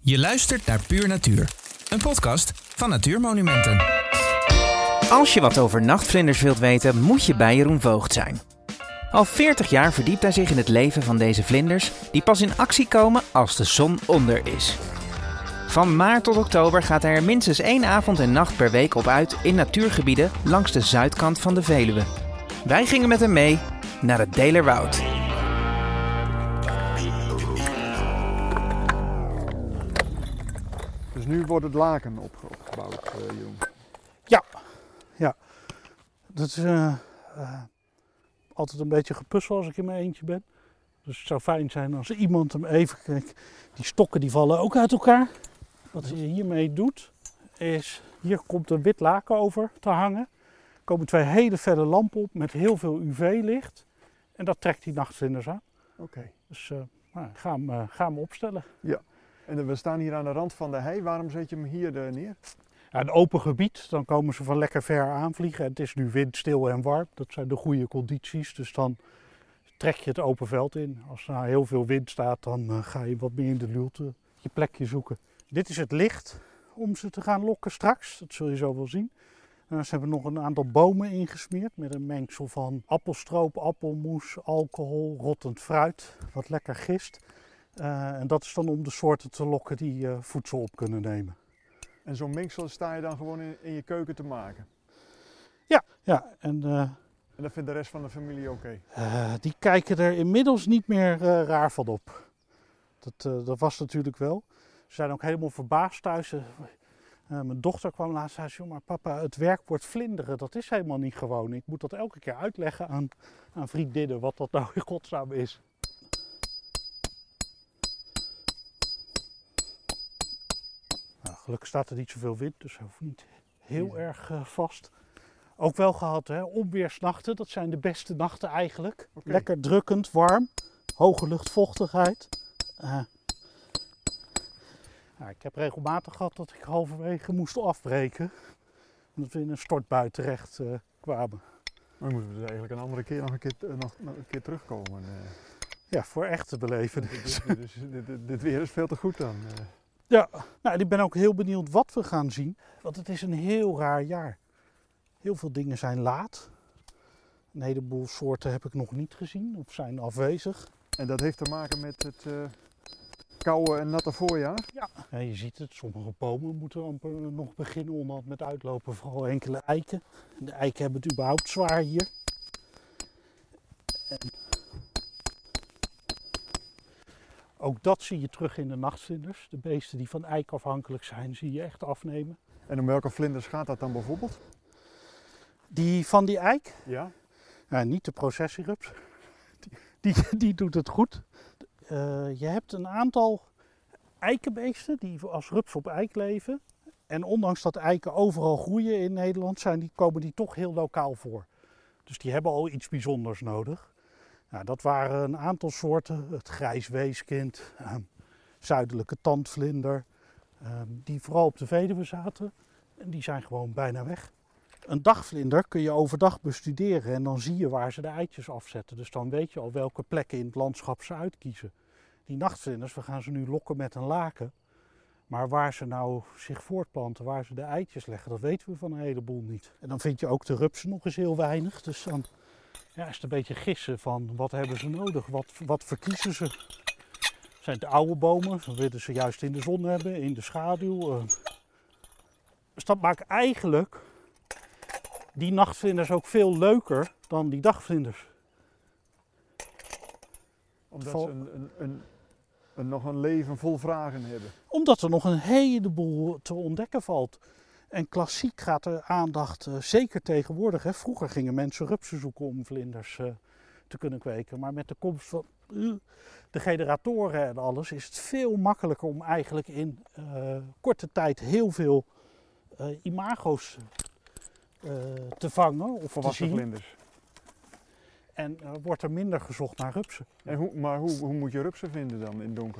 Je luistert naar Puur Natuur, een podcast van Natuurmonumenten. Als je wat over nachtvlinders wilt weten, moet je bij Jeroen Voogd zijn. Al 40 jaar verdiept hij zich in het leven van deze vlinders die pas in actie komen als de zon onder is. Van maart tot oktober gaat hij er minstens 1 avond en nacht per week op uit in natuurgebieden langs de zuidkant van de Veluwe. Wij gingen met hem mee naar het Deelerwoud. Dus nu wordt het laken opgebouwd, Jeroen. Ja. Dat is altijd een beetje gepuzzel als ik in mijn eentje ben. Dus het zou fijn zijn als iemand hem even... Kijk, die stokken die vallen ook uit elkaar. Wat je hiermee doet, is... Hier komt een wit laken over te hangen. Er komen 2 hele felle lampen op met heel veel UV-licht. En dat trekt die nachtvlinders aan. Oké. Dus ga hem opstellen. Ja. En we staan hier aan de rand van de hei. Waarom zet je hem hier neer? Ja, een open gebied, dan komen ze van lekker ver aanvliegen. En het is nu windstil en warm. Dat zijn de goede condities. Dus dan trek je het open veld in. Als er nou heel veel wind staat, dan ga je wat meer in de luwte je plekje zoeken. Dit is het licht om ze te gaan lokken straks. Dat zul je zo wel zien. Ze hebben nog een aantal bomen ingesmeerd met een mengsel van appelstroop, appelmoes, alcohol, rottend fruit, wat lekker gist. En dat is dan om de soorten te lokken die voedsel op kunnen nemen. En zo'n mengsel sta je dan gewoon in je keuken te maken? Ja. En dat vindt de rest van de familie oké? Die kijken er inmiddels niet meer raar van op. Dat was natuurlijk wel. Ze zijn ook helemaal verbaasd thuis. Mijn dochter kwam laatst en zei, maar papa, het werkwoord vlinderen, dat is helemaal niet gewoon. Ik moet dat elke keer uitleggen aan vriendinnen wat dat nou in godsnaam is. Nou, gelukkig staat er niet zoveel wind, dus hij hoeft niet heel erg vast. Ook wel gehad, hè? Onweersnachten, dat zijn de beste nachten eigenlijk. Okay. Lekker drukkend, warm, hoge luchtvochtigheid. Ik heb regelmatig gehad dat ik halverwege moest afbreken. Omdat we in een stortbui terecht kwamen. Dan moeten we dus eigenlijk een andere keer nog een keer terugkomen. Ja, voor echte belevenissen. Dit weer is veel te goed dan. Ja, nou, ik ben ook heel benieuwd wat we gaan zien. Want het is een heel raar jaar. Heel veel dingen zijn laat. Een heleboel soorten heb ik nog niet gezien of zijn afwezig. En dat heeft te maken met het koude en natte voorjaar? Ja, je ziet het. Sommige bomen moeten amper nog beginnen onderhand met uitlopen. Vooral enkele eiken. De eiken hebben het überhaupt zwaar hier. En ook dat zie je terug in de nachtvlinders. De beesten die van eik afhankelijk zijn, zie je echt afnemen. En om welke vlinders gaat dat dan bijvoorbeeld? Die van die eik? Ja. Niet de processierups. Die doet het goed. Je hebt een aantal eikenbeesten die als rups op eik leven. En ondanks dat eiken overal groeien in Nederland, komen die toch heel lokaal voor. Dus die hebben al iets bijzonders nodig. Nou, dat waren een aantal soorten. Het grijs weeskind, zuidelijke tandvlinder. Die vooral op de Veluwe zaten. En die zijn gewoon bijna weg. Een dagvlinder kun je overdag bestuderen en dan zie je waar ze de eitjes afzetten. Dus dan weet je al welke plekken in het landschap ze uitkiezen. Die nachtvlinders, we gaan ze nu lokken met een laken. Maar waar ze nou zich voortplanten, waar ze de eitjes leggen, dat weten we van een heleboel niet. En dan vind je ook de rupsen nog eens heel weinig. Dus dan is het een beetje gissen van wat hebben ze nodig, wat verkiezen ze. Zijn het oude bomen, dan willen ze juist in de zon hebben, in de schaduw. Dus dat maakt eigenlijk die nachtvlinders ook veel leuker dan die dagvlinders. Omdat ze nog een leven vol vragen hebben. Omdat er nog een heleboel te ontdekken valt. En klassiek gaat de aandacht, zeker tegenwoordig. Hè. Vroeger gingen mensen rupsen zoeken om vlinders te kunnen kweken. Maar met de komst van de generatoren en alles is het veel makkelijker om eigenlijk in korte tijd heel veel imago's te vangen of volwassen te zien. vlinders. En wordt er minder gezocht naar rupsen. En hoe moet je rupsen vinden dan in het donker?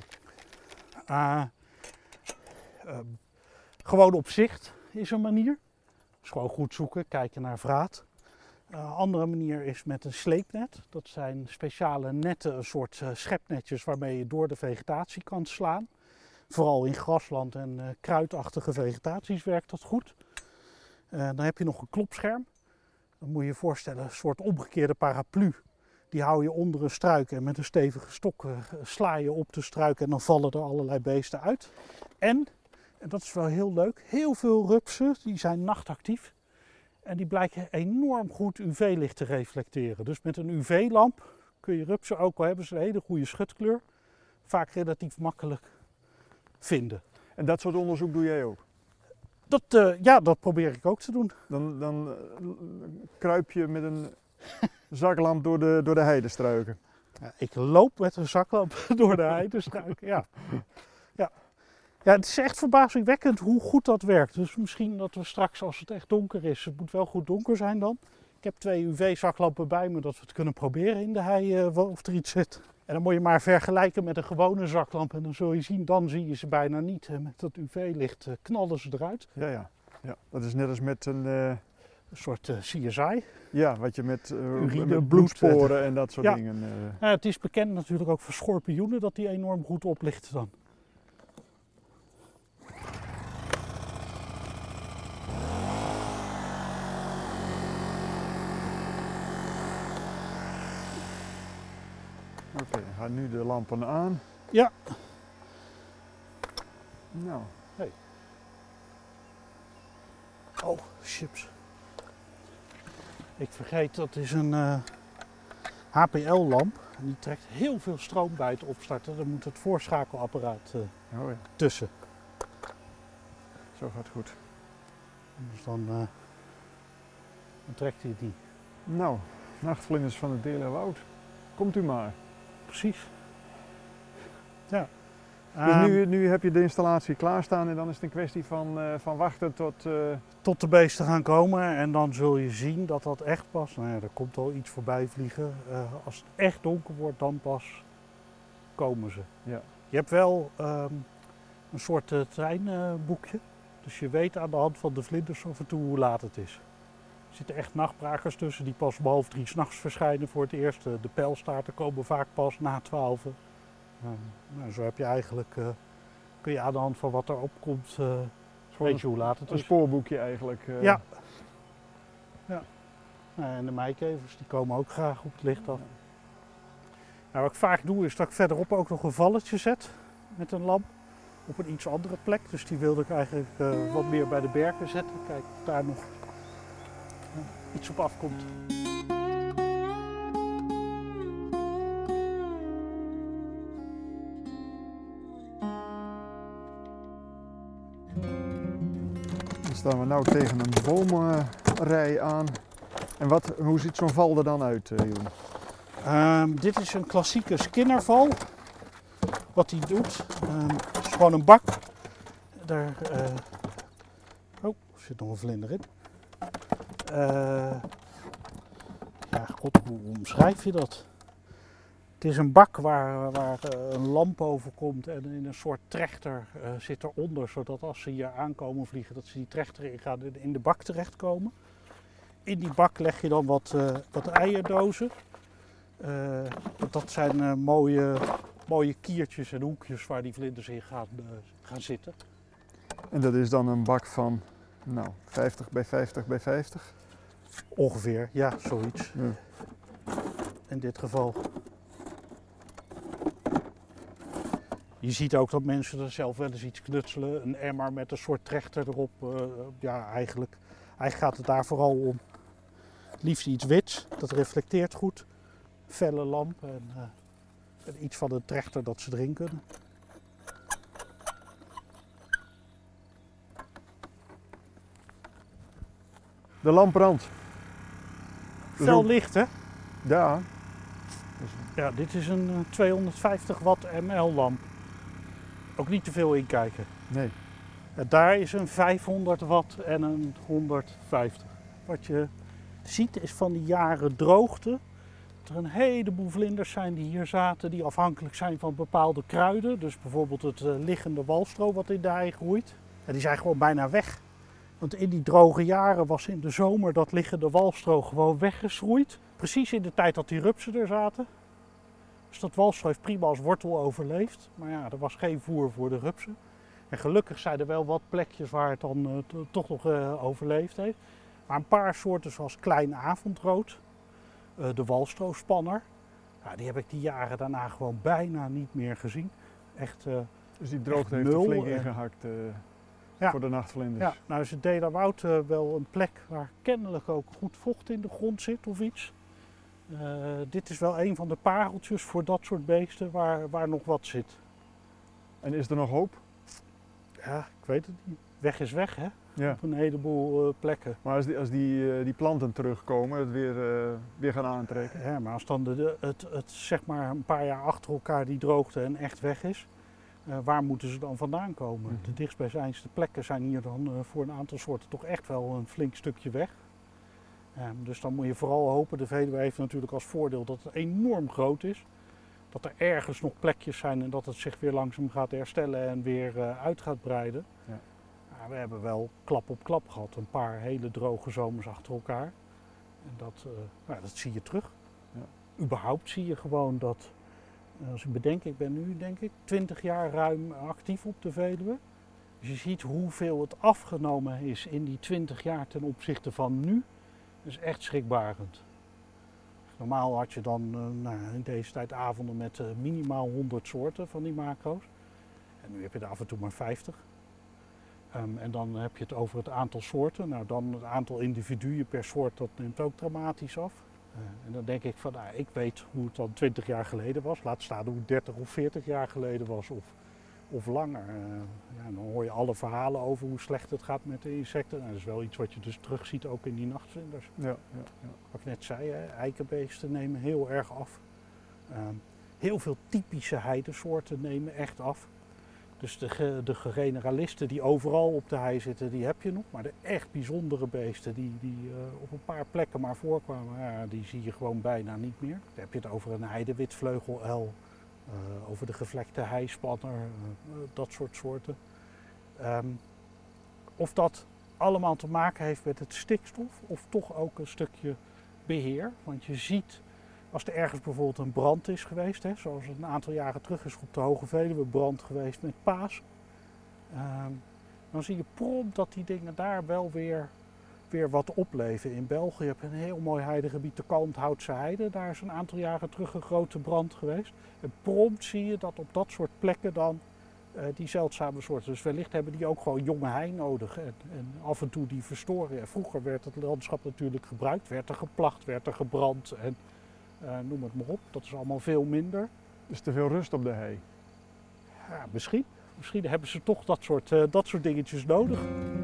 Gewoon op zicht is een manier. Dus gewoon goed zoeken, kijken naar vraat. Een andere manier is met een sleepnet. Dat zijn speciale netten, een soort schepnetjes waarmee je door de vegetatie kan slaan. Vooral in grasland en kruidachtige vegetaties werkt dat goed. Dan heb je nog een klopscherm. Dan moet je je voorstellen, een soort omgekeerde paraplu. Die hou je onder een struik en met een stevige stok sla je op de struik en dan vallen er allerlei beesten uit. En dat is wel heel leuk, heel veel rupsen die zijn nachtactief. En die blijken enorm goed UV-licht te reflecteren. Dus met een UV-lamp kun je rupsen, ook al hebben ze een hele goede schutkleur, vaak relatief makkelijk vinden. En dat soort onderzoek doe jij ook? Dat probeer ik ook te doen. Dan kruip je met een zaklamp door de heidestruiken. Ja, ik loop met een zaklamp door de heidestruiken, ja. Ja, het is echt verbazingwekkend hoe goed dat werkt. Dus misschien dat we straks, als het echt donker is, het moet wel goed donker zijn dan. Ik heb 2 UV-zaklampen bij me, dat we het kunnen proberen in de hei of er iets zit. En dan moet je maar vergelijken met een gewone zaklamp en dan zul je zien, dan zie je ze bijna niet. Met dat UV-licht knallen ze eruit. Ja. Dat is net als met Een soort CSI. Ja, wat je met Urine, bloedsporen en dat soort Ja. dingen. Ja, het is bekend natuurlijk ook voor schorpioenen dat die enorm goed oplichten dan. Oké, gaan nu de lampen aan. Ja. Nou, Oh, chips. Ik vergeet, dat is een HPL-lamp. En die trekt heel veel stroom bij het opstarten. Dan moet het voorschakelapparaat oh ja, tussen. zo gaat het goed. Dus dan trekt hij het niet. Nou, nachtvlinders van het Deelerwoud. Komt u maar. Precies. Ja. Dus nu heb je de installatie klaarstaan en dan is het een kwestie van wachten tot... Tot de beesten gaan komen en dan zul je zien dat dat echt pas, nou ja, er komt al iets voorbij vliegen. Als het echt donker wordt, dan pas komen ze. Ja. Je hebt wel een soort treinboekje, dus je weet aan de hand van de vlinders af en toe hoe laat het is. Er zitten echt nachtbrakers tussen die pas om 2:30 'nachts verschijnen voor het eerst. De pijlstaarten komen vaak pas na 12. Nou, zo heb je eigenlijk, kun je aan de hand van wat er opkomt, weet je hoe laat het Een is. spoorboekje eigenlijk. Ja. En de meikevers die komen ook graag op het licht af. Nou, wat ik vaak doe is dat ik verderop ook nog een valletje zet met een lamp op een iets andere plek. Dus die wilde ik eigenlijk wat meer bij de berken zetten. Kijken of daar nog iets op afkomt. Dan staan we nu tegen een bomenrij aan. En hoe ziet zo'n val er dan uit, Jeroen? Dit is een klassieke Skinnerval. Wat hij doet, is gewoon een bak. Daar er zit nog een vlinder in. Ja, god, hoe omschrijf je dat? Het is een bak waar een lamp over komt en in een soort trechter zit eronder, zodat als ze hier aankomen vliegen, dat ze die trechter in gaan en in de bak terechtkomen. In die bak leg je dan wat eierdozen. Dat zijn mooie kiertjes en hoekjes waar die vlinders in gaan zitten. En dat is dan een bak van 50 bij 50 bij 50? Ongeveer, ja, zoiets. Ja. In dit geval. Je ziet ook dat mensen er zelf wel eens iets knutselen. Een emmer met een soort trechter erop. Eigenlijk gaat het daar vooral om. Liefst iets wits, dat reflecteert goed. Felle lamp en iets van een trechter dat ze erin kunnen. De lamp brandt. Fel licht, hè? Ja. Ja, dit is een 250 watt ml lamp. Ook niet te veel inkijken. Nee. Daar is een 500 watt en een 150. Wat je ziet is van die jaren droogte. Dat er een heleboel vlinders zijn die hier zaten, die afhankelijk zijn van bepaalde kruiden. Dus bijvoorbeeld het liggende walstro wat in de hei groeit. En die zijn gewoon bijna weg. Want in die droge jaren was in de zomer dat liggende walstro gewoon weggeschroeid. Precies in de tijd dat die rupsen er zaten. Dus dat walstro heeft prima als wortel overleefd. Maar ja, er was geen voer voor de rupsen. En gelukkig zijn er wel wat plekjes waar het dan toch nog overleefd heeft. Maar een paar soorten zoals klein avondrood, de walstrospanner. Ja, die heb ik die jaren daarna gewoon bijna niet meer gezien. Echt, dus die droogte echt heeft er nul flink en- ingehakt Ja. voor de nachtvlinders. ja, nou is het Delawoud wel een plek waar kennelijk ook goed vocht in de grond zit of iets. Dit is wel een van de pareltjes voor dat soort beesten waar nog wat zit. En is er nog hoop? Ja, ik weet het niet. Weg is weg, hè? Ja. Op een heleboel plekken. Maar als die planten terugkomen, het weer gaan aantrekken. Ja, maar als dan het zeg maar een paar jaar achter elkaar die droogte en echt weg is, waar moeten ze dan vandaan komen? Mhm. De dichtstbijzijnde plekken zijn hier dan voor een aantal soorten toch echt wel een flink stukje weg. Dus dan moet je vooral hopen, de Veluwe heeft natuurlijk als voordeel dat het enorm groot is. Dat er ergens nog plekjes zijn en dat het zich weer langzaam gaat herstellen en weer uit gaat breiden. Ja. Ja, we hebben wel klap op klap gehad, een paar hele droge zomers achter elkaar. En dat zie je terug. Ja. Überhaupt zie je gewoon dat, als ik bedenk, ik ben nu denk ik 20 jaar ruim actief op de Veluwe. Dus je ziet hoeveel het afgenomen is in die 20 jaar ten opzichte van nu. Dat is echt schrikbarend. Normaal had je dan in deze tijd avonden met minimaal 100 soorten van die macro's. En nu heb je er af en toe maar 50. En dan heb je het over het aantal soorten. Nou, dan het aantal individuen per soort, dat neemt ook dramatisch af. En dan denk ik van, ik weet hoe het dan 20 jaar geleden was. Laat staan hoe het 30 of 40 jaar geleden was of langer. Dan hoor je alle verhalen over hoe slecht het gaat met de insecten. Nou, dat is wel iets wat je dus terugziet ook in die nachtvlinders. Ja. Wat ik net zei, eikenbeesten nemen heel erg af. Heel veel typische heidesoorten nemen echt af. Dus de generalisten die overal op de hei zitten, die heb je nog. Maar de echt bijzondere beesten die op een paar plekken maar voorkwamen, die zie je gewoon bijna niet meer. Dan heb je het over een heidewitvleugeluil, over de gevlekte heispanner, dat soort soorten. Of dat allemaal te maken heeft met het stikstof of toch ook een stukje beheer. Want je ziet, als er ergens bijvoorbeeld een brand is geweest, hè, zoals een aantal jaren terug is op de Hoge Veluwe brand geweest met paas, dan zie je prompt dat die dingen daar wel weer wat opleven. In België heb je een heel mooi heidegebied, de Kalmthoutse Heide. Daar is een aantal jaren terug een grote brand geweest. En prompt zie je dat op dat soort plekken dan die zeldzame soorten. Dus wellicht hebben die ook gewoon jonge hei nodig en af en toe die verstoren. Ja, vroeger werd het landschap natuurlijk gebruikt, werd er geplacht, werd er gebrand en noem het maar op. Dat is allemaal veel minder. Dus te veel rust op de hei. Ja, misschien hebben ze toch dat soort dingetjes nodig.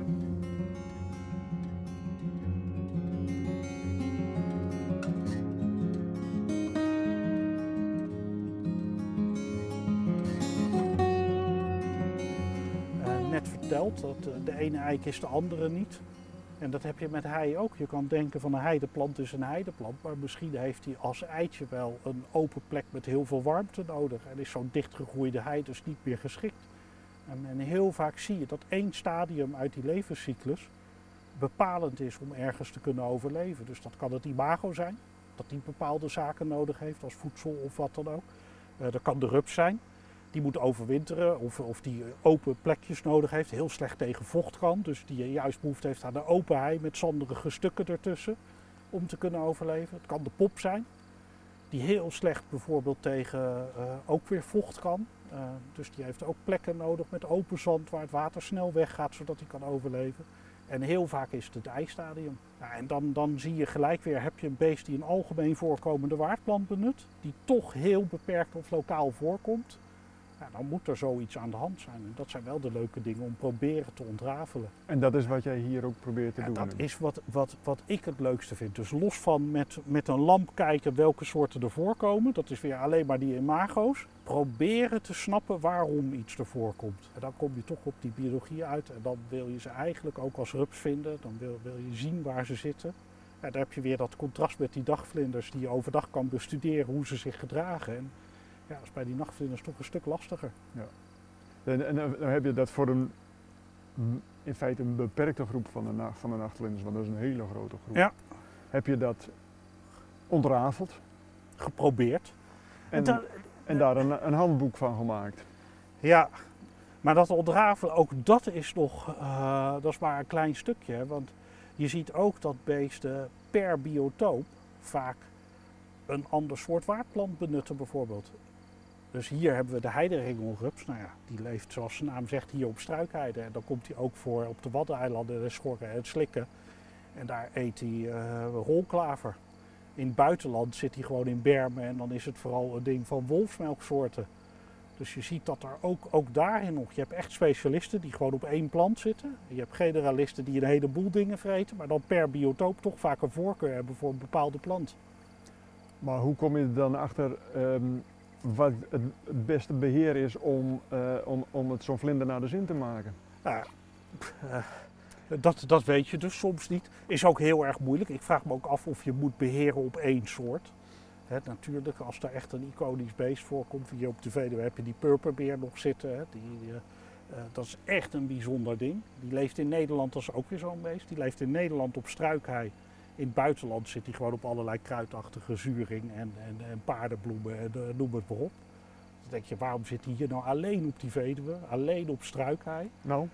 Net verteld dat de ene eik is de andere niet. En dat heb je met hei ook. Je kan denken van een heideplant is een heideplant, maar misschien heeft hij als eitje wel een open plek met heel veel warmte nodig. En is zo'n dichtgegroeide hei dus niet meer geschikt. En heel vaak zie je dat één stadium uit die levenscyclus bepalend is om ergens te kunnen overleven. Dus dat kan het imago zijn, dat die bepaalde zaken nodig heeft als voedsel of wat dan ook. Dat kan de rups zijn. Die moet overwinteren of die open plekjes nodig heeft, heel slecht tegen vocht kan. Dus die juist behoefte heeft aan de open hei met zanderige stukken ertussen om te kunnen overleven. Het kan de pop zijn, die heel slecht bijvoorbeeld tegen ook weer vocht kan. Dus die heeft ook plekken nodig met open zand waar het water snel weggaat zodat hij kan overleven. En heel vaak is het eistadium. Ja, en dan zie je gelijk weer, heb je een beest die een algemeen voorkomende waardplant benut, die toch heel beperkt of lokaal voorkomt. Ja, dan moet er zoiets aan de hand zijn. En dat zijn wel de leuke dingen om proberen te ontrafelen. En dat is wat jij hier ook probeert te doen? Dat is wat ik het leukste vind. Dus los van met een lamp kijken welke soorten er voorkomen, dat is weer alleen maar die imago's. Proberen te snappen waarom iets er voorkomt. En dan kom je toch op die biologie uit en dan wil je ze eigenlijk ook als rups vinden. Dan wil je zien waar ze zitten. En dan heb je weer dat contrast met die dagvlinders die je overdag kan bestuderen hoe ze zich gedragen. En ja, dat is bij die nachtvlinders toch een stuk lastiger. Ja. En dan heb je dat voor in feite een beperkte groep van de nachtvlinders, want dat is een hele grote groep. Ja. Heb je dat ontrafeld? Geprobeerd. En daar een handboek van gemaakt. Ja, maar dat ontrafelen, ook dat is nog, dat is maar een klein stukje. Hè? Want je ziet ook dat beesten per biotoop vaak een ander soort waardplant benutten bijvoorbeeld. Dus hier hebben we de heideringelrups. Nou ja, die leeft zoals zijn naam zegt hier op struikheide. En dan komt hij ook voor op de Waddeneilanden, de schorren en het slikken. En daar eet hij rolklaver. In het buitenland zit hij gewoon in bermen en dan is het vooral een ding van wolfsmelksoorten. Dus je ziet dat er ook daarin nog, je hebt echt specialisten die gewoon op één plant zitten. Je hebt generalisten die een heleboel dingen vreten, maar dan per biotoop toch vaak een voorkeur hebben voor een bepaalde plant. Maar hoe kom je er dan achter wat het beste beheer is om het zo'n vlinder naar de zin te maken? Nou, dat weet je dus soms niet. Is ook heel erg moeilijk. Ik vraag me ook af of je moet beheren op één soort. Natuurlijk, als er echt een iconisch beest voorkomt, hier op de Veluwe heb je die purperbeer nog zitten. Dat is echt een bijzonder ding. Die leeft in Nederland, dat is ook weer zo'n beest. Die leeft in Nederland op struikhei. In het buitenland zit hij gewoon op allerlei kruidachtige zuring en paardenbloemen en noem het maar op. Dan denk je, waarom zit hij hier nou alleen op die Veluwe, alleen op struikhei?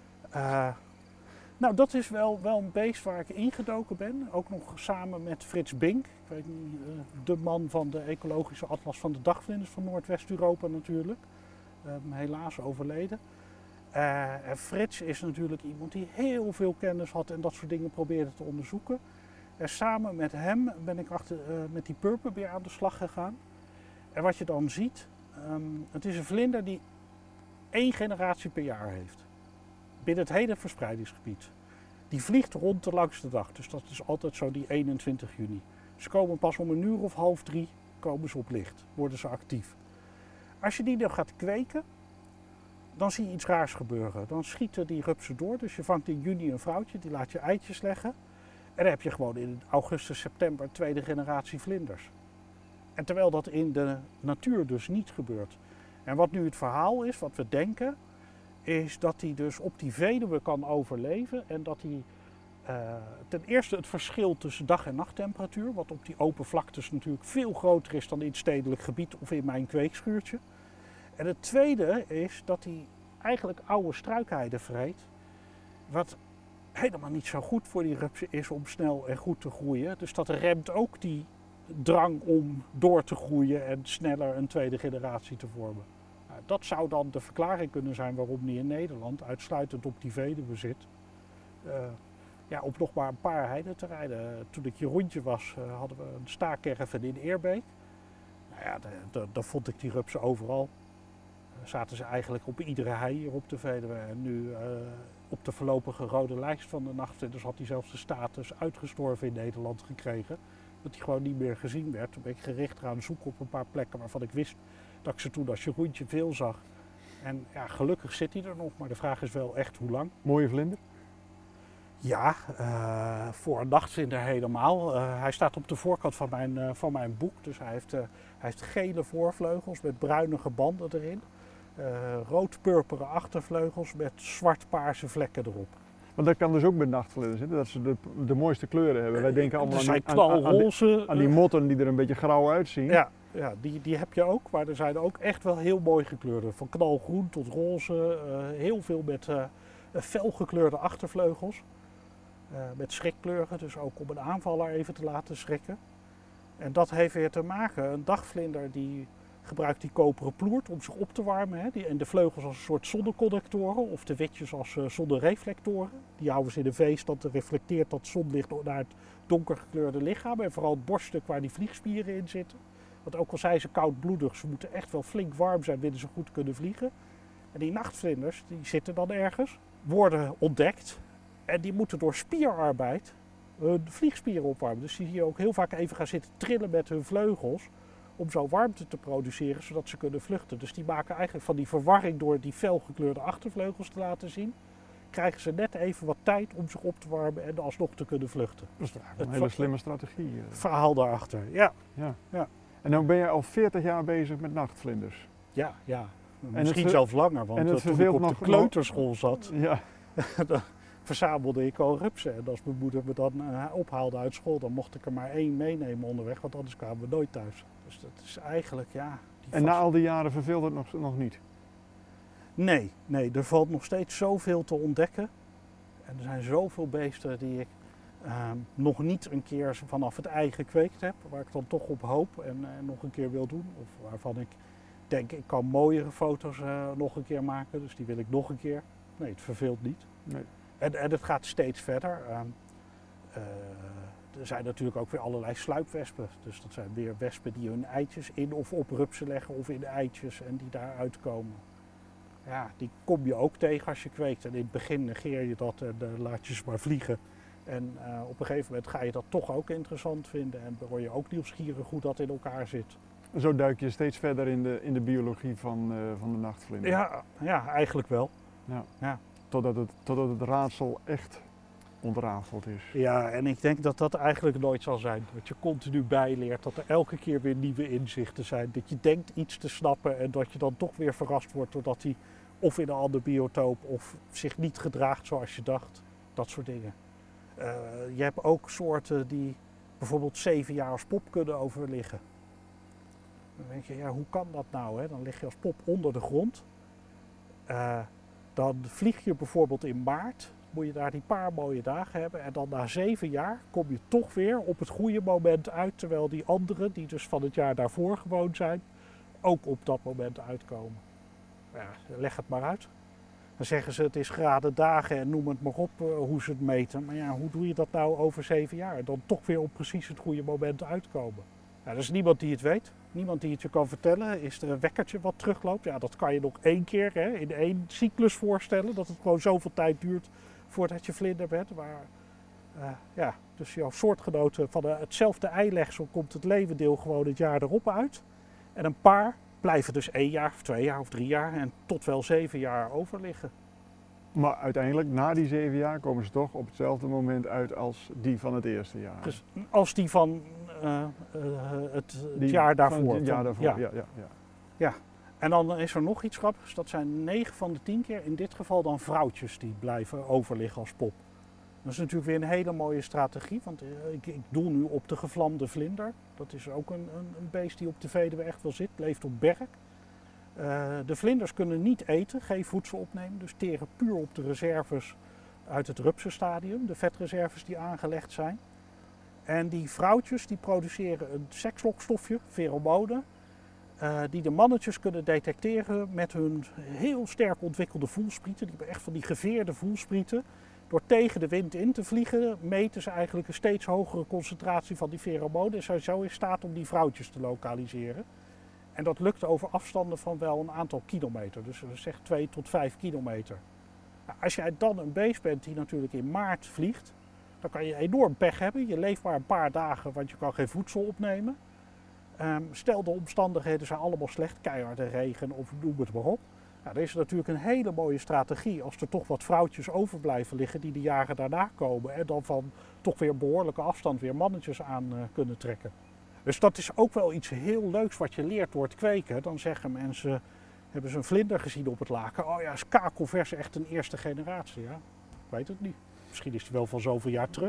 Nou, dat is wel een beest waar ik ingedoken ben. Ook nog samen met Frits Bink. Ik weet niet, de man van de ecologische atlas van de dagvlinders van Noordwest-Europa natuurlijk. Helaas overleden. En Frits is natuurlijk iemand die heel veel kennis had en dat soort dingen probeerde te onderzoeken. En samen met hem ben ik met die purperbeer aan de slag gegaan. En wat je dan ziet, het is een vlinder die 1 generatie per jaar heeft. Binnen het hele verspreidingsgebied. Die vliegt rond de langste dag, dus dat is altijd zo die 21 juni. Ze komen pas om 2:30 komen ze op licht, worden ze actief. Als je die dan gaat kweken, dan zie je iets raars gebeuren. Dan schieten die rupsen door, dus je vangt in juni een vrouwtje, die laat je eitjes leggen. En dan heb je gewoon in augustus, september 2e generatie vlinders. En terwijl dat in de natuur dus niet gebeurt. En wat nu het verhaal is, wat we denken, is dat hij dus op die Veluwe kan overleven en dat hij ten eerste het verschil tussen dag- en nachttemperatuur, wat op die open vlaktes natuurlijk veel groter is dan in het stedelijk gebied of in mijn kweekschuurtje. En het tweede is dat hij eigenlijk oude struikheide vreet, wat helemaal niet zo goed voor die rupsen is om snel en goed te groeien. Dus dat remt ook die drang om door te groeien en sneller een tweede generatie te vormen. Nou, dat zou dan de verklaring kunnen zijn waarom die in Nederland uitsluitend op die Veluwe zit. Op nog maar een paar heideterreinen. Toen ik hier rondje was, hadden we een staakerven in Eerbeek. Nou ja, daar vond ik die rupsen overal. Zaten ze eigenlijk op iedere hei hier op de Veluwe. En nu op de voorlopige rode lijst van de nachtvlinders had hij zelfs de status uitgestorven in Nederland gekregen. Dat hij gewoon niet meer gezien werd. Toen ben ik gericht gaan zoeken op een paar plekken waarvan ik wist dat ik ze toen als Jeroentje veel zag. En ja, gelukkig zit hij er nog, maar de vraag is wel echt hoe lang. Mooie vlinder? Ja, voor een nachtvlinder helemaal. Hij staat op de voorkant van mijn boek. Dus hij heeft gele voorvleugels met bruinige banden erin. Rood-purperen achtervleugels met zwart-paarse vlekken erop. Want dat kan dus ook bij nachtvlinders zitten, dat ze de mooiste kleuren hebben. Wij denken allemaal aan die motten die er een beetje grauw uitzien. Ja, die heb je ook, maar er zijn ook echt wel heel mooi gekleurde. Van knalgroen tot roze, heel veel met felgekleurde achtervleugels. Met schrikkleuren, dus ook om een aanvaller even te laten schrikken. En dat heeft weer te maken, een dagvlinder die gebruikt die koperen ploert om zich op te warmen. Hè? En de vleugels als een soort zonneconductoren of de witjes als zonnereflectoren. Die houden ze in een V-stand en reflecteert dat zonlicht naar het donkergekleurde lichaam. En vooral het borststuk waar die vliegspieren in zitten. Want ook al zijn ze koudbloedig, ze moeten echt wel flink warm zijn, willen ze goed kunnen vliegen. En die nachtvlinders, die zitten dan ergens, worden ontdekt. En die moeten door spierarbeid hun vliegspieren opwarmen. Dus die zie je ook heel vaak even gaan zitten trillen met hun vleugels om zo warmte te produceren, zodat ze kunnen vluchten. Dus die maken eigenlijk van die verwarring door die felgekleurde achtervleugels te laten zien, krijgen ze net even wat tijd om zich op te warmen en alsnog te kunnen vluchten. Dat is een hele slimme strategie. Verhaal daarachter, ja. En dan ben je al 40 jaar bezig met nachtvlinders. Ja. Misschien zelfs langer, want toen ik op de kleuterschool zat, dan verzamelde ik al rupsen. En als mijn moeder me dan ophaalde uit school, dan mocht ik er maar 1 meenemen onderweg, want anders kwamen we nooit thuis. Dus dat is eigenlijk, En na al die jaren verveelt het nog niet? Nee, er valt nog steeds zoveel te ontdekken. En er zijn zoveel beesten die ik nog niet een keer vanaf het ei gekweekt heb. Waar ik dan toch op hoop en nog een keer wil doen. Of waarvan ik denk, ik kan mooiere foto's nog een keer maken. Dus die wil ik nog een keer. Nee, het verveelt niet. Nee. En het gaat steeds verder. Er zijn natuurlijk ook weer allerlei sluipwespen. Dus dat zijn weer wespen die hun eitjes in of op rupsen leggen of in de eitjes en die daar uitkomen. Ja, die kom je ook tegen als je kweekt. En in het begin negeer je dat en laat je ze maar vliegen. En op een gegeven moment ga je dat toch ook interessant vinden. En dan word je ook nieuwsgierig hoe dat in elkaar zit. En zo duik je steeds verder in de biologie van de nachtvlinder. Ja, eigenlijk wel. Ja. Totdat het raadsel echt ontrafeld is. Ja, en ik denk dat dat eigenlijk nooit zal zijn. Dat je continu bijleert, dat er elke keer weer nieuwe inzichten zijn. Dat je denkt iets te snappen en dat je dan toch weer verrast wordt doordat hij of in een ander biotoop of zich niet gedraagt zoals je dacht. Dat soort dingen. Je hebt ook soorten die bijvoorbeeld 7 jaar als pop kunnen overliggen. Dan denk je, ja, hoe kan dat nou? Hè? Dan lig je als pop onder de grond. Dan vlieg je bijvoorbeeld in maart. Moet je daar die paar mooie dagen hebben. En dan na 7 jaar kom je toch weer op het goede moment uit. Terwijl die anderen, die dus van het jaar daarvoor gewoon zijn, ook op dat moment uitkomen. Ja, leg het maar uit. Dan zeggen ze het is graden dagen en noem het maar op hoe ze het meten. Maar ja, hoe doe je dat nou over 7 jaar? Dan toch weer op precies het goede moment uitkomen. Ja, er is niemand die het weet. Niemand die het je kan vertellen. Is er een wekkertje wat terugloopt? Ja, dat kan je nog 1 keer in 1 cyclus voorstellen. Dat het gewoon zoveel tijd duurt voordat je vlinder bent. Maar dus jouw soortgenoten van hetzelfde eilegsel komt het levendeel gewoon het jaar erop uit. En een paar blijven dus 1 jaar of 2 jaar of 3 jaar en tot wel 7 jaar overliggen. Maar uiteindelijk, na die 7 jaar, komen ze toch op hetzelfde moment uit als die van het eerste jaar. Dus als die van het jaar daarvoor. Het jaar daarvoor, ja. En dan is er nog iets grappigs. Dat zijn 9 van de 10 keer in dit geval dan vrouwtjes die blijven overliggen als pop. Dat is natuurlijk weer een hele mooie strategie. Want ik doel nu op de gevlamde vlinder. Dat is ook een beest die op de Veluwe echt wel zit. Leeft op berk. De vlinders kunnen niet eten, geen voedsel opnemen. Dus teren puur op de reserves uit het rupsenstadium. De vetreserves die aangelegd zijn. En die vrouwtjes die produceren een sekslokstofje, pheromonen. Die de mannetjes kunnen detecteren met hun heel sterk ontwikkelde voelsprieten. Die hebben echt van die geveerde voelsprieten. Door tegen de wind in te vliegen meten ze eigenlijk een steeds hogere concentratie van die pheromonen. En zijn zo in staat om die vrouwtjes te lokaliseren. En dat lukt over afstanden van wel een aantal kilometer. Dus zeg 2 tot 5 kilometer. Nou, als jij dan een beest bent die natuurlijk in maart vliegt, dan kan je enorm pech hebben. Je leeft maar een paar dagen, want je kan geen voedsel opnemen. Stel de omstandigheden zijn allemaal slecht, keiharde regen of noem het maar op. Nou, dan is er natuurlijk een hele mooie strategie als er toch wat vrouwtjes over blijven liggen die de jaren daarna komen. En dan van toch weer behoorlijke afstand weer mannetjes aan kunnen trekken. Dus dat is ook wel iets heel leuks wat je leert door het kweken. Dan zeggen mensen, hebben ze een vlinder gezien op het laken? Oh ja, is kakelvers echt een eerste generatie? Ja, ik weet het niet. Misschien is die wel van zoveel jaar terug.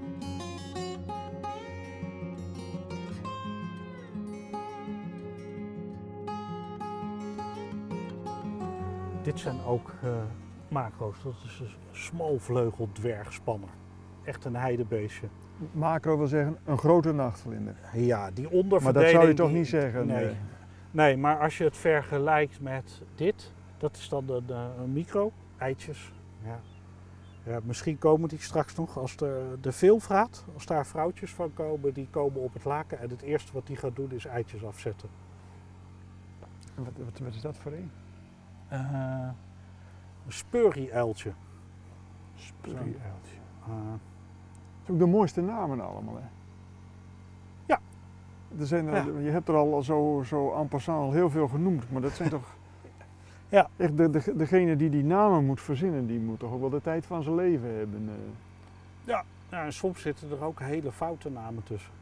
Dit zijn ook macro's. Dat is een smalvleugeld dwergspanner. Echt een heidebeestje. Macro wil zeggen een grote nachtvlinder. Ja, die onderverdeling. Maar dat zou je toch niet zeggen? Nee, maar als je het vergelijkt met dit, dat is dan een micro, eitjes. Ja, misschien komen die straks nog als de veelvraat, als daar vrouwtjes van komen, die komen op het laken. En het eerste wat die gaat doen is eitjes afzetten. Wat is dat voor een? Een spurrie-uiltje. Spurrie-uiltje. Dat is ook de mooiste namen allemaal, hè? Ja. Je hebt er al zo en passant al heel veel genoemd, maar dat zijn toch... Ja. Echt degene die namen moet verzinnen, die moet toch ook wel de tijd van zijn leven hebben. Ja, en soms zitten er ook hele foute namen tussen.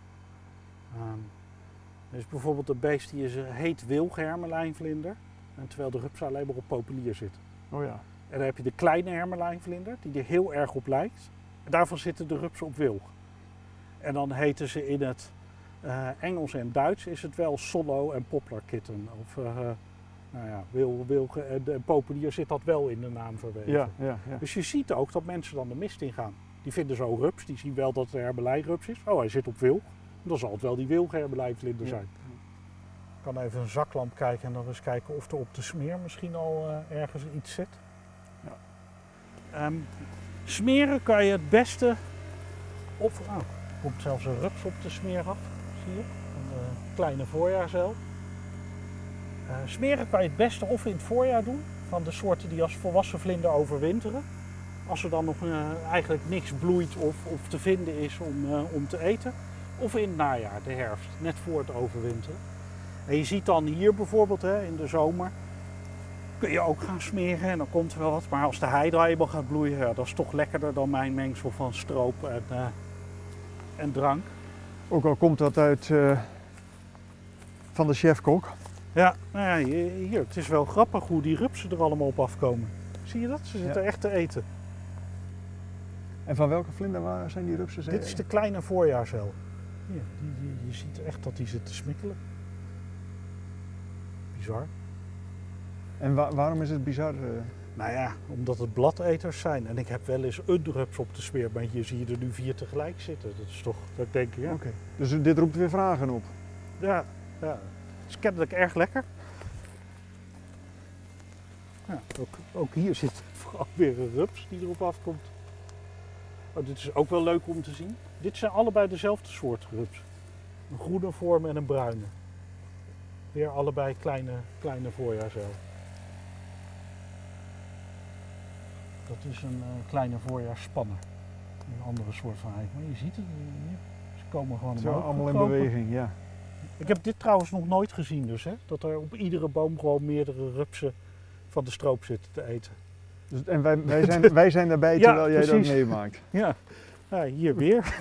Er is bijvoorbeeld een beest die heet wilghermelijnvlinder. En terwijl de rups alleen maar op populier zit. Oh ja. En dan heb je de kleine hermelijnvlinder, die er heel erg op lijkt. En daarvan zitten de rupsen op wilg. En dan heten ze in het Engels en Duits is het wel Sollo en Poplar Kitten. Of wilgen en populier zit dat wel in de naam verweven. Ja. Dus je ziet ook dat mensen dan de mist ingaan. Die vinden zo rups, die zien wel dat het een herbelijrups is. Oh, hij zit op wilg. Dan zal het wel die wilgherbelijvlinder zijn. Ik kan even een zaklamp kijken en dan eens kijken of er op de smeer misschien al ergens iets zit. Ja. Smeren kan je het beste op... Oh, er komt zelfs een rups op de smeer af, zie je? Een kleine voorjaarzeil. Smeren kan je het beste of in het voorjaar doen, van de soorten die als volwassen vlinder overwinteren. Als er dan nog eigenlijk niks bloeit of te vinden is om te eten. Of in het najaar, de herfst, net voor het overwinteren. En je ziet dan hier bijvoorbeeld in de zomer, kun je ook gaan smeren en dan komt er wel wat. Maar als de heide eenmaal gaat bloeien, ja, dat is toch lekkerder dan mijn mengsel van stroop en drank. Ook al komt dat uit van de chefkok. Ja, nou ja, hier, het is wel grappig hoe die rupsen er allemaal op afkomen. Zie je dat? Ze zitten echt te eten. En van welke vlinder zijn die rupsen? Dit is de kleine voorjaarzeil. Hier, je ziet echt dat die zit te smikkelen. Bizar. En waarom is het bizar? Nou ja, omdat het bladeters zijn. En ik heb wel eens een rups op de smeer, maar hier zie je er nu 4 tegelijk zitten. Dat is toch, dat ik denk, ja. Oké. Dus dit roept weer vragen op? Ja. Het is kennelijk erg lekker. Ja, ook hier zit vooral weer een rups die erop afkomt. Oh, dit is ook wel leuk om te zien. Dit zijn allebei dezelfde soort rups. Een groene vorm en een bruine. Weer allebei kleine voorjaarzeil. Dat is een kleine voorjaarsspanner. Een andere soort van eik. Maar je ziet het hier. Ze komen gewoon allemaal in beweging, ja. Ik heb dit trouwens nog nooit gezien dus, hè? Dat er op iedere boom gewoon meerdere rupsen van de stroop zitten te eten. Dus, en wij zijn daarbij terwijl jij dat meemaakt. Ja, hier weer.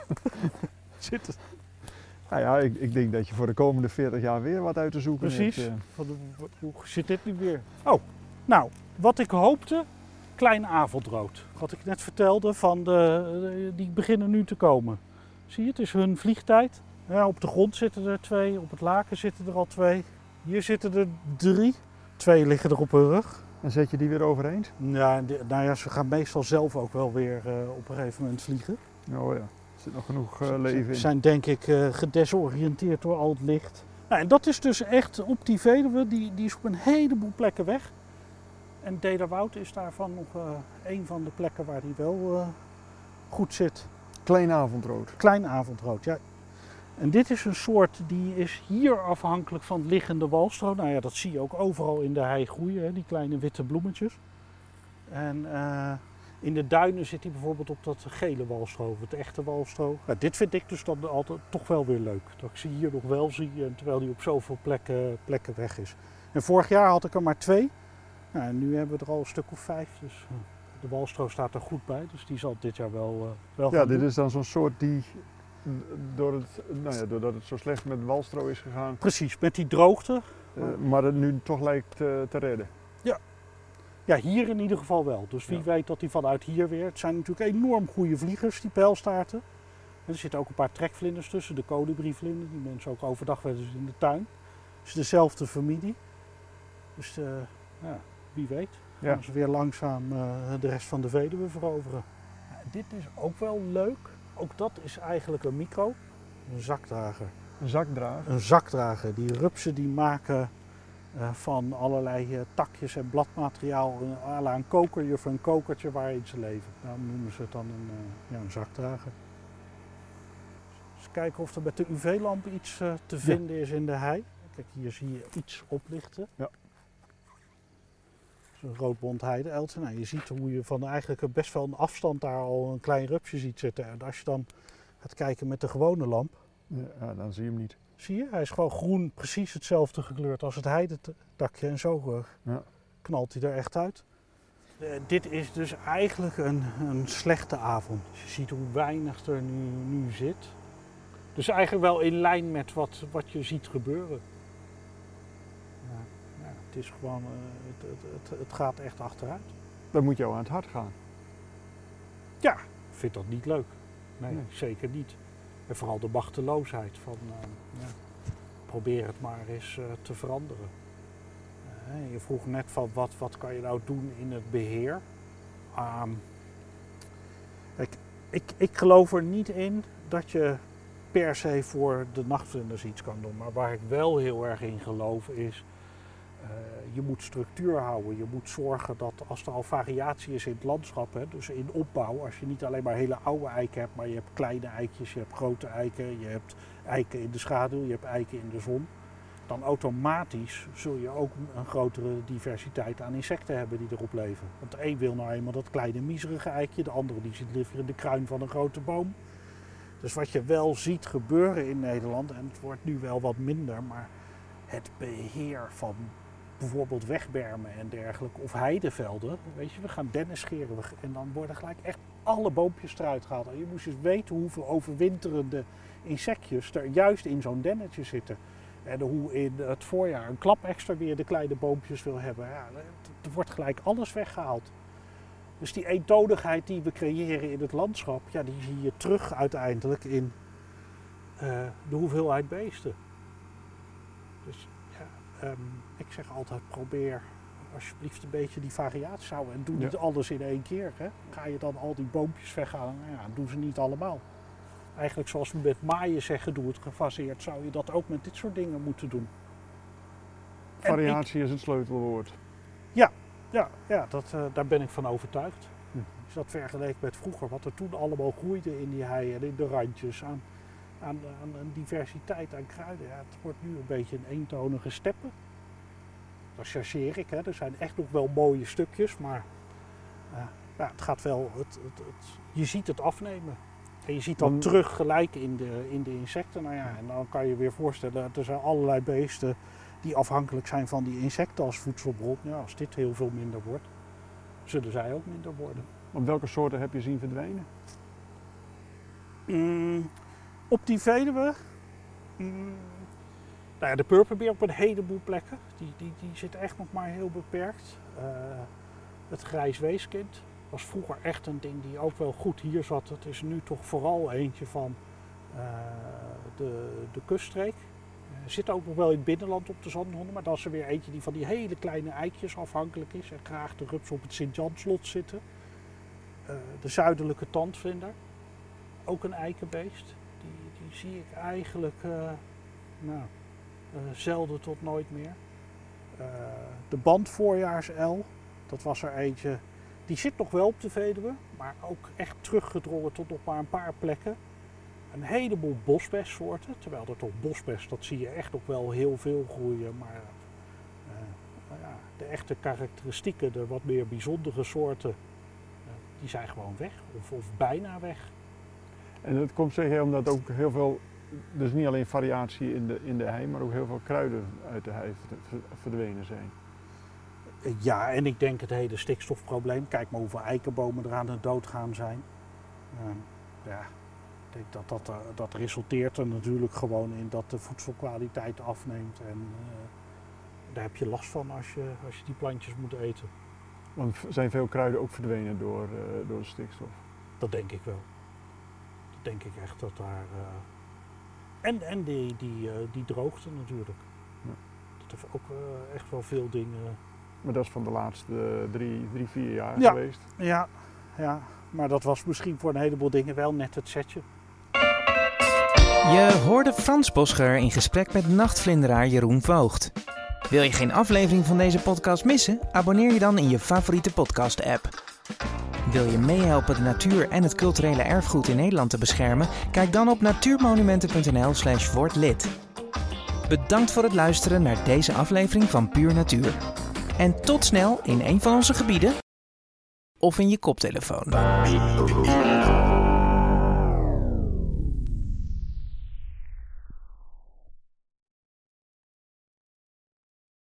Zit het. Nou ja, ik denk dat je voor de komende 40 jaar weer wat uit te zoeken hebt. Precies. Hoe zit dit nu weer? Oh, nou, wat ik hoopte, klein avondrood. Wat ik net vertelde, die beginnen nu te komen. Zie je, het is hun vliegtijd. Ja, op de grond zitten er 2, op het laken zitten er al 2. Hier zitten er 3. 2 liggen er op hun rug. En zet je die weer overheen? Ja, nou ja, ze gaan meestal zelf ook wel weer op een gegeven moment vliegen. Oh ja, er zit nog genoeg leven in. Ze zijn denk ik gedesoriënteerd door al het licht. Nou, en dat is dus echt op die Veluwe, die is op een heleboel plekken weg. En Dederwoud is daarvan nog een van de plekken waar die wel goed zit. Klein avondrood. Klein avondrood, ja. En dit is een soort die is hier afhankelijk van liggende walstro. Nou ja, dat zie je ook overal in de hei groeien, hè, die kleine witte bloemetjes. En in de duinen zit hij bijvoorbeeld op dat gele walstro, het echte walstro. Nou, dit vind ik dus dan altijd toch wel weer leuk. Dat ik ze hier nog wel zie, terwijl die op zoveel plekken weg is. En vorig jaar had ik er maar 2. Nou, en nu hebben we er al een stuk of 5. Dus de walstro staat er goed bij, dus die zal dit jaar wel gaan Ja, dit doen. is dan zo'n soort die, doordat het zo slecht met walstro is gegaan, Precies, met die droogte. maar het nu toch lijkt te redden. Ja, hier in ieder geval wel. Dus wie weet dat die vanuit hier weer... Het zijn natuurlijk enorm goede vliegers, die pijlstaarten. En er zitten ook een paar trekvlinders tussen, de kolibrievlinder, die mensen ook overdag wel eens in de tuin. Het is dezelfde familie. Dus wie weet gaan ze weer langzaam de rest van de Veluwe veroveren. Dit is ook wel leuk. Ook dat is eigenlijk een micro. Een zakdrager. Een zakdrager? Een zakdrager. Die rupsen die maken van allerlei takjes en bladmateriaal à la een kokerjuf, een kokertje waarin ze leven. Daarom noemen ze het dan een zakdrager. Eens kijken of er met de UV-lamp iets te vinden is in de hei. Kijk, hier zie je iets oplichten. Ja. Zo'n roodbont heideeltje. Nou, je ziet hoe je van eigenlijk best wel een afstand daar al een klein rupsje ziet zitten. En als je dan gaat kijken met de gewone lamp, ja, dan zie je hem niet. zie je, hij is gewoon groen, precies hetzelfde gekleurd als het heidetakje. En zo knalt hij er echt uit. Dit is dus eigenlijk een slechte avond. Je ziet hoe weinig er nu zit. Dus eigenlijk wel in lijn met wat je ziet gebeuren. Ja, het is gewoon, het gaat echt achteruit. Dan moet jou aan het hart gaan. Ja, ik vind dat niet leuk. Nee, zeker niet. En vooral de machteloosheid van probeer het maar eens te veranderen. Je vroeg net van wat kan je nou doen in het beheer. Ik geloof er niet in dat je per se voor de nachtvlinders iets kan doen. Maar waar ik wel heel erg in geloof is, je moet structuur houden. Je moet zorgen dat als er al variatie is in het landschap, dus in opbouw, als je niet alleen maar hele oude eiken hebt, maar je hebt kleine eikjes, je hebt grote eiken, je hebt eiken in de schaduw, je hebt eiken in de zon. Dan automatisch zul je ook een grotere diversiteit aan insecten hebben die erop leven. Want de een wil nou eenmaal dat kleine miserige eikje, de andere die zit liever in de kruin van een grote boom. Dus wat je wel ziet gebeuren in Nederland, en het wordt nu wel wat minder, maar het beheer van bijvoorbeeld wegbermen en dergelijke, of heidevelden. Weet je, we gaan dennen scheren en dan worden gelijk echt alle boompjes eruit gehaald. En je moest eens weten hoeveel overwinterende insectjes er juist in zo'n dennetje zitten. En hoe in het voorjaar een klapekster weer de kleine boompjes wil hebben. Ja, er wordt gelijk alles weggehaald. Dus die eentonigheid die we creëren in het landschap, ja, die zie je terug uiteindelijk in de hoeveelheid beesten. Dus ja, ik zeg altijd, probeer alsjeblieft een beetje die variatie houden. En doe niet alles in één keer. Hè. Ga je dan al die boompjes weghalen? Nou ja, doen ze niet allemaal. Eigenlijk zoals we met maaien zeggen, doe het gefaseerd, zou je dat ook met dit soort dingen moeten doen. Variatie is het sleutelwoord. Ja, daar ben ik van overtuigd. Als dat vergeleken met vroeger, wat er toen allemaal groeide in die hei en in de randjes, aan een diversiteit aan kruiden. Ja, het wordt nu een beetje een eentonige steppe. Dat chargeer ik, hè. Er zijn echt nog wel mooie stukjes, maar het gaat wel, je ziet het afnemen. En je ziet dat terug gelijk in de insecten. Nou ja, en dan kan je weer voorstellen, er zijn allerlei beesten die afhankelijk zijn van die insecten als voedselbron. Ja, als dit heel veel minder wordt, zullen zij ook minder worden. Op welke soorten heb je zien verdwijnen? Op die Veluwe, nou ja, de purperbeer op een heleboel plekken. Die zit echt nog maar heel beperkt. Het grijs weeskind was vroeger echt een ding die ook wel goed hier zat. Het is nu toch vooral eentje van de kuststreek. Er zit ook nog wel in het binnenland op de zandhonden, maar dat is er weer eentje die van die hele kleine eikjes afhankelijk is en graag de rups op het Sint-Janslot zitten. De zuidelijke tandvlinder, ook een eikenbeest. Die zie ik eigenlijk zelden tot nooit meer. De bandvoorjaarsuil, dat was er eentje. Die zit nog wel op de Veluwe, maar ook echt teruggedrongen tot nog maar een paar plekken. Een heleboel bosbestsoorten, terwijl er toch bosbest, dat zie je echt nog wel heel veel groeien. Maar de echte karakteristieken, de wat meer bijzondere soorten, die zijn gewoon weg of bijna weg. En dat komt zeker omdat ook heel veel, dus niet alleen variatie in de hei, maar ook heel veel kruiden uit de hei verdwenen zijn. Ja, en ik denk het hele stikstofprobleem. Kijk maar hoeveel eikenbomen er aan het doodgaan zijn. Ik denk dat resulteert er natuurlijk gewoon in dat de voedselkwaliteit afneemt. En daar heb je last van als je die plantjes moet eten. Want zijn veel kruiden ook verdwenen door de stikstof? Dat denk ik wel. Dat denk ik echt dat daar... En die droogte natuurlijk. Ja. Dat heeft ook echt wel veel dingen... Maar dat is van de laatste 3-4 jaar geweest? Ja, maar dat was misschien voor een heleboel dingen wel net het setje. Je hoorde Frans Boscher in gesprek met nachtvlinderaar Jeroen Voogd. Wil je geen aflevering van deze podcast missen? Abonneer je dan in je favoriete podcast-app. Wil je meehelpen de natuur en het culturele erfgoed in Nederland te beschermen? Kijk dan op natuurmonumenten.nl/word lid. Bedankt voor het luisteren naar deze aflevering van Puur Natuur. En tot snel in een van onze gebieden of in je koptelefoon.